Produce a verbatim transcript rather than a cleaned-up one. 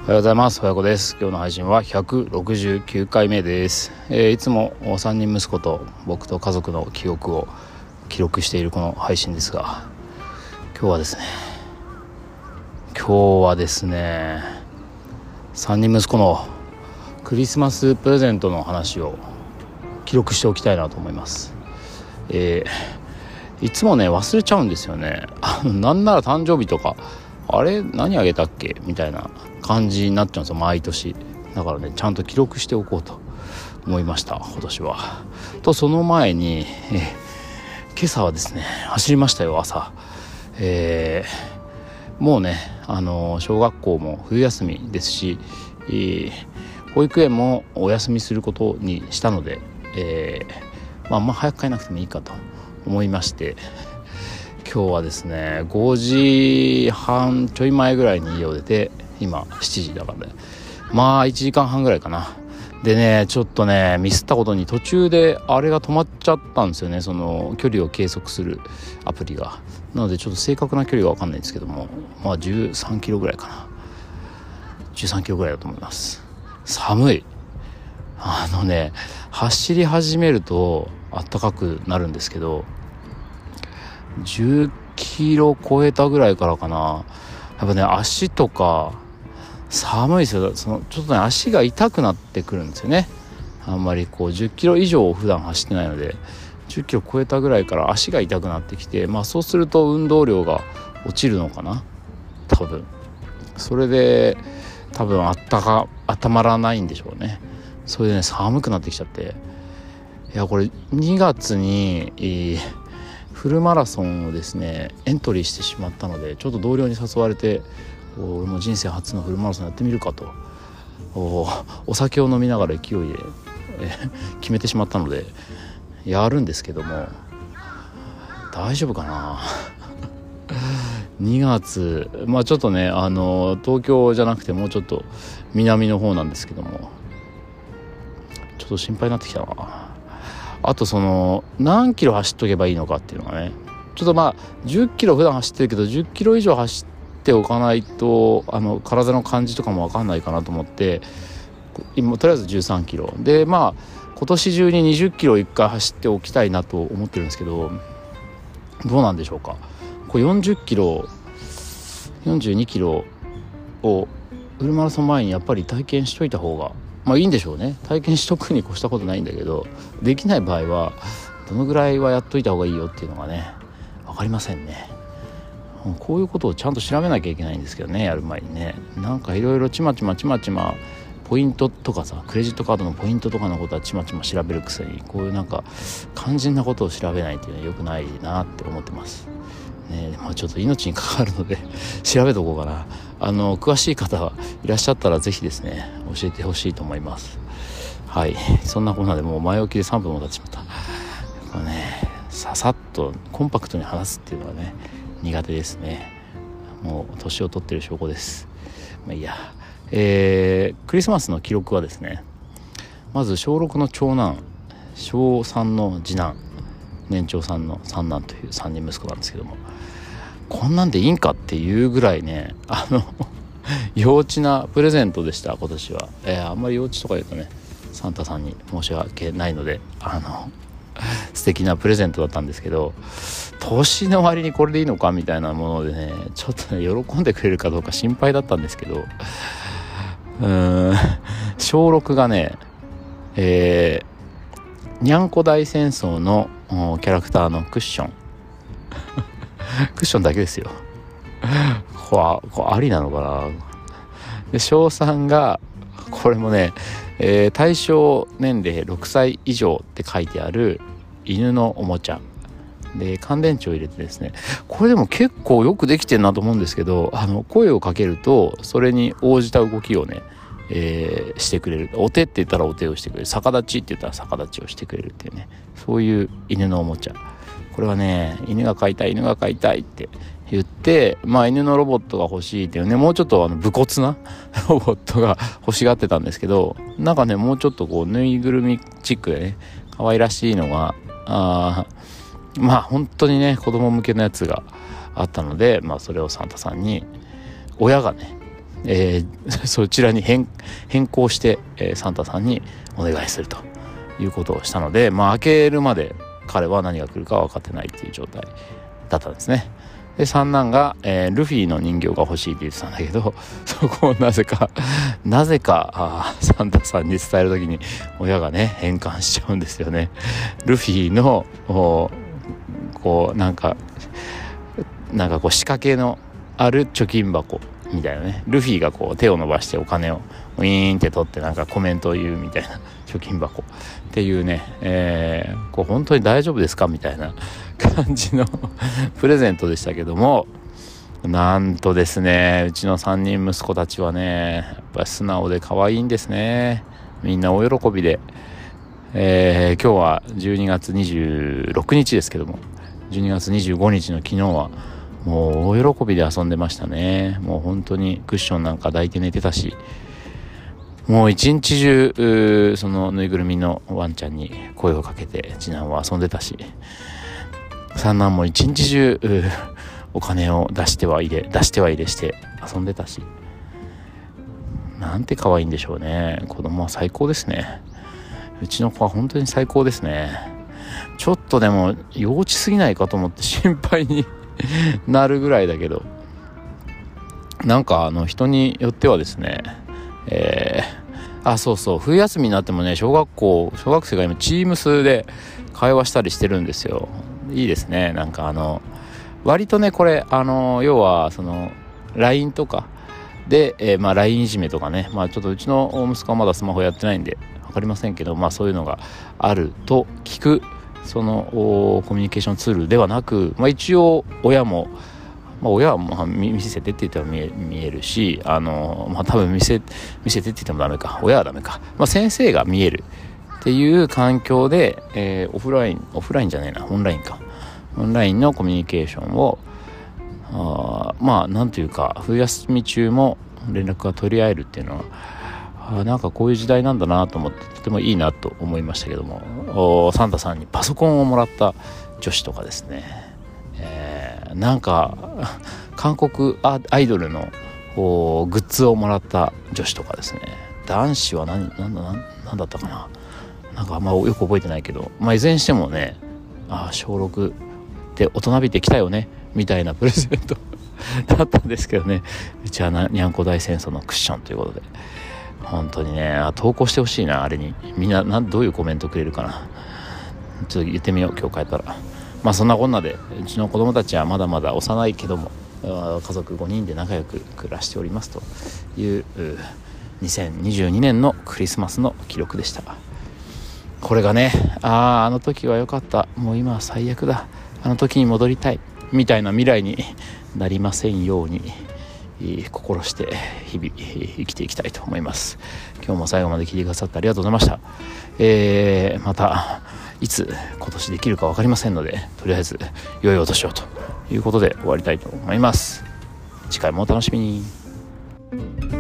おはようございます。親子です。今日の配信はひゃくろくじゅうきゅうかいめです。えー、いつもさんにん息子と僕と家族の記憶を記録しているこの配信ですが、今日はですね今日はですねさんにん息子のクリスマスプレゼントの話を記録しておきたいなと思います。えー、いつもね忘れちゃうんですよね。あのなんなら誕生日とかあれ何あげたっけみたいな感じになっちゃうんですよ、毎年。だからねちゃんと記録しておこうと思いました、今年は。とその前に、えー、今朝はですね走りましたよ、朝。えー、もうねあの小学校も冬休みですし、えー、保育園もお休みすることにしたので、えー、まああんま早く帰らなくてもいいかと思いまして、今日はですねごじはんちょい前ぐらいに家を出て、今しちじだからね、まあいちじかんはんぐらいかな。でねちょっとねミスったことに途中であれが止まっちゃったんですよね、その距離を計測するアプリが。なのでちょっと正確な距離が分かんないんですけども、まあじゅうさんキロぐらいかな、じゅうさんキロぐらいだと思います。寒い。あのね走り始めると暖かくなるんですけど、じゅっキロ超えたぐらいからかな、やっぱね足とか寒いですよ。そのちょっとね足が痛くなってくるんですよね。あんまりこうじゅっキロ以上普段走ってないので、じゅっキロ超えたぐらいから足が痛くなってきて、まあそうすると運動量が落ちるのかな、多分。それで多分あったか温まらないんでしょうね。それでね寒くなってきちゃって、いやこれにがつに、えーフルマラソンをですねエントリーしてしまったので、ちょっと同僚に誘われて、俺も人生初のフルマラソンやってみるかと お, お酒を飲みながら勢いでえ決めてしまったのでやるんですけども、大丈夫かなにがつ、まあちょっとねあの東京じゃなくてもうちょっと南の方なんですけども、ちょっと心配になってきたな。あとその何キロ走っとけばいいのかっていうのがね、ちょっとまあじゅっキロ普段走ってるけどじゅっキロ以上走っておかないとあの体の感じとかも分かんないかなと思って、今とりあえずじゅうさんキロで、まあ今年中ににじゅっキロいっかい走っておきたいなと思ってるんですけど、どうなんでしょうか。これよんじゅっキロよんじゅうにキロをフルマラソン前にやっぱり体験しといた方がまあいいんでしょうね。体験しとくに越したことないんだけど、できない場合はどのぐらいはやっといた方がいいよっていうのがね分かりませんね。こういうことをちゃんと調べなきゃいけないんですけどね、やる前にね。なんかいろいろちまちまちまちまポイントとかさ、クレジットカードのポイントとかのことはちまちま調べるくせに、こういうなんか肝心なことを調べないっていうのは良くないなって思ってますね。まあ、ちょっと命に関わるので調べとこうかな。あの詳しい方いらっしゃったらぜひですね教えてほしいと思います。はい、そんなこんなでもう前置きでさんぷんも経ってしまった。これねささっとコンパクトに話すっていうのはね苦手ですね。もう年を取ってる証拠です。まあいいや。えー、クリスマスの記録はですね、まず小ろくの長男、小さんの次男、年長さんの三男というさんにん息子なんですけども、こんなんでいいんかっていうぐらいねあの幼稚なプレゼントでした今年は。えー、あんまり幼稚とか言うとねサンタさんに申し訳ないので、あの素敵なプレゼントだったんですけど、年の割にこれでいいのかみたいなものでねちょっとね喜んでくれるかどうか心配だったんですけど、うーん小ろくがね、えー、にゃんこ大戦争のキャラクターのクッションクッションだけですよ。これ、これありなのかな。で小さんがこれもね、えー、対象年齢ろくさい以上って書いてある犬のおもちゃで乾電池を入れてですね、これでも結構よくできてるなと思うんですけど、あの声をかけるとそれに応じた動きをね、えー、してくれる。お手って言ったらお手をしてくれる、逆立ちって言ったら逆立ちをしてくれるっていうね、そういう犬のおもちゃ。これはね犬が飼いたい犬が飼いたいって言って、まあ犬のロボットが欲しいっていうね、もうちょっとあの武骨なロボットが欲しがってたんですけど、なんかねもうちょっとこうぬいぐるみチックでね可愛らしいのがあまあ本当にね子供向けのやつがあったので、まあそれをサンタさんに親がねえー、そちらに 変, 変更して、えー、サンタさんにお願いするということをしたので、まあ開けるまで彼は何が来るか分かってないっていう状態だったんですね。で三男が、えー、ルフィの人形が欲しいって言ってたんだけど、そこをなぜかなぜかあサンタさんに伝える時に親がね変換しちゃうんですよね。ルフィのこうなんかなんかこう仕掛けのある貯金箱みたいなね、ルフィがこう手を伸ばしてお金をウィーンって取ってなんかコメントを言うみたいな貯金箱っていうね、えー、こう本当に大丈夫ですかみたいな感じのプレゼントでしたけども、なんとですね、うちのさんにん息子たちはねやっぱり素直で可愛いんですね。みんな大喜びで、えー、今日はじゅうにがつにじゅうろくにちですけども、じゅうにがつにじゅうごにちの昨日はもう大喜びで遊んでましたね。もう本当にクッションなんか抱いて寝てたし、もう一日中そのぬいぐるみのワンちゃんに声をかけて次男は遊んでたし、三男も一日中お金を出しては入れ出しては入れして遊んでたし、なんて可愛いんでしょうね。子供は最高ですね。うちの子は本当に最高ですね。ちょっとでも幼稚すぎないかと思って心配になるぐらいだけど、なんかあの人によってはですね、えー、あそうそう冬休みになってもね小学校小学生が今チーム数で会話したりしてるんですよ。いいですね。なんかあの割とねこれあの要はその ライン とかで、えー、まあ ライン いじめとかね、まあちょっとうちの息子はまだスマホやってないんで分かりませんけど、まあそういうのがあると聞くそのコミュニケーションツールではなく、まあ、一応親も、まあ、親はまあ見せてって言っても見え、見えるし、あの、まあ、多分見せ、見せてって言ってもダメか、親はダメか、まあ、先生が見えるっていう環境で、えー、オフラインオフラインじゃないなオンラインかオンラインのコミュニケーションをあまあなんていうか冬休み中も連絡が取り合えるっていうのはあなんかこういう時代なんだなと思ってとてもいいなと思いましたけども、サンタさんにパソコンをもらった女子とかですね、えー、なんか韓国アイドルのグッズをもらった女子とかですね、男子は何なんだなんだったかな、なんかあんまよく覚えてないけど、まあいずれにしてもね、あ小ろくで大人びてきたよねみたいなプレゼントだったんですけどね、うちはにゃんこ大戦争のクッションということで、本当にね投稿してほしいな、あれにみんななんどういうコメントくれるかな、ちょっと言ってみよう今日帰ったら。まあそんなこんなでうちの子供たちはまだまだ幼いけども家族ごにんで仲良く暮らしておりますというにせんにじゅうにねんのクリスマスの記録でした。これがね、あああの時は良かった、もう今は最悪だ、あの時に戻りたいみたいな未来になりませんように心して日々生きていきたいと思います。今日も最後まで聞いてくださってありがとうございました。えー、またいつ今年できるか分かりませんので、とりあえず良いお年をということで終わりたいと思います。次回もお楽しみに。